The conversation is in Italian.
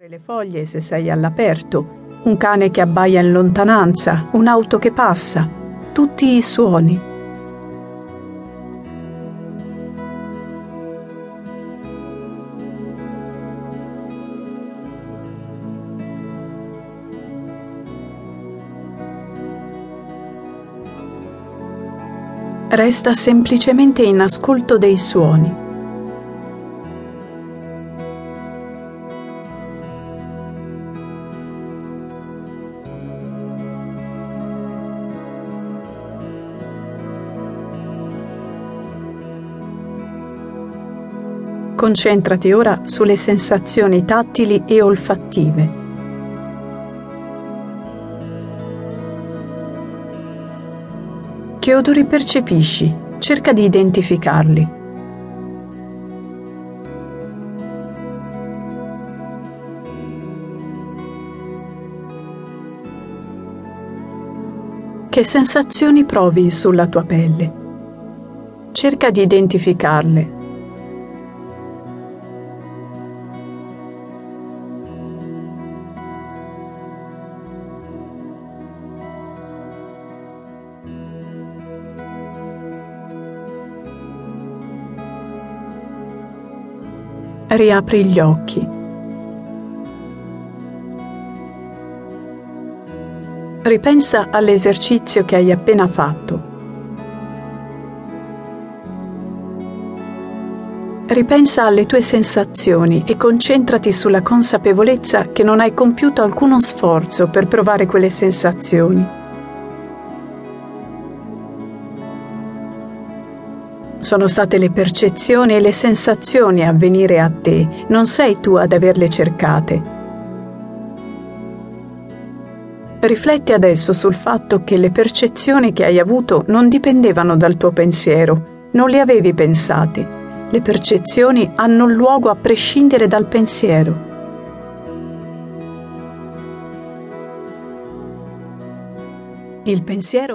Le foglie se sei all'aperto, un cane che abbaia in lontananza, un'auto che passa, tutti i suoni. Resta semplicemente in ascolto dei suoni. Concentrati ora sulle sensazioni tattili e olfattive. Che odori percepisci? Cerca di identificarli. Che sensazioni provi sulla tua pelle? Cerca di identificarle. Riapri gli occhi. Ripensa all'esercizio che hai appena fatto. Ripensa alle tue sensazioni e concentrati sulla consapevolezza che non hai compiuto alcuno sforzo per provare quelle sensazioni. Sono state le percezioni e le sensazioni a venire a te, non sei tu ad averle cercate. Rifletti adesso sul fatto che le percezioni che hai avuto non dipendevano dal tuo pensiero, non le avevi pensate. Le percezioni hanno luogo a prescindere dal pensiero. Il pensiero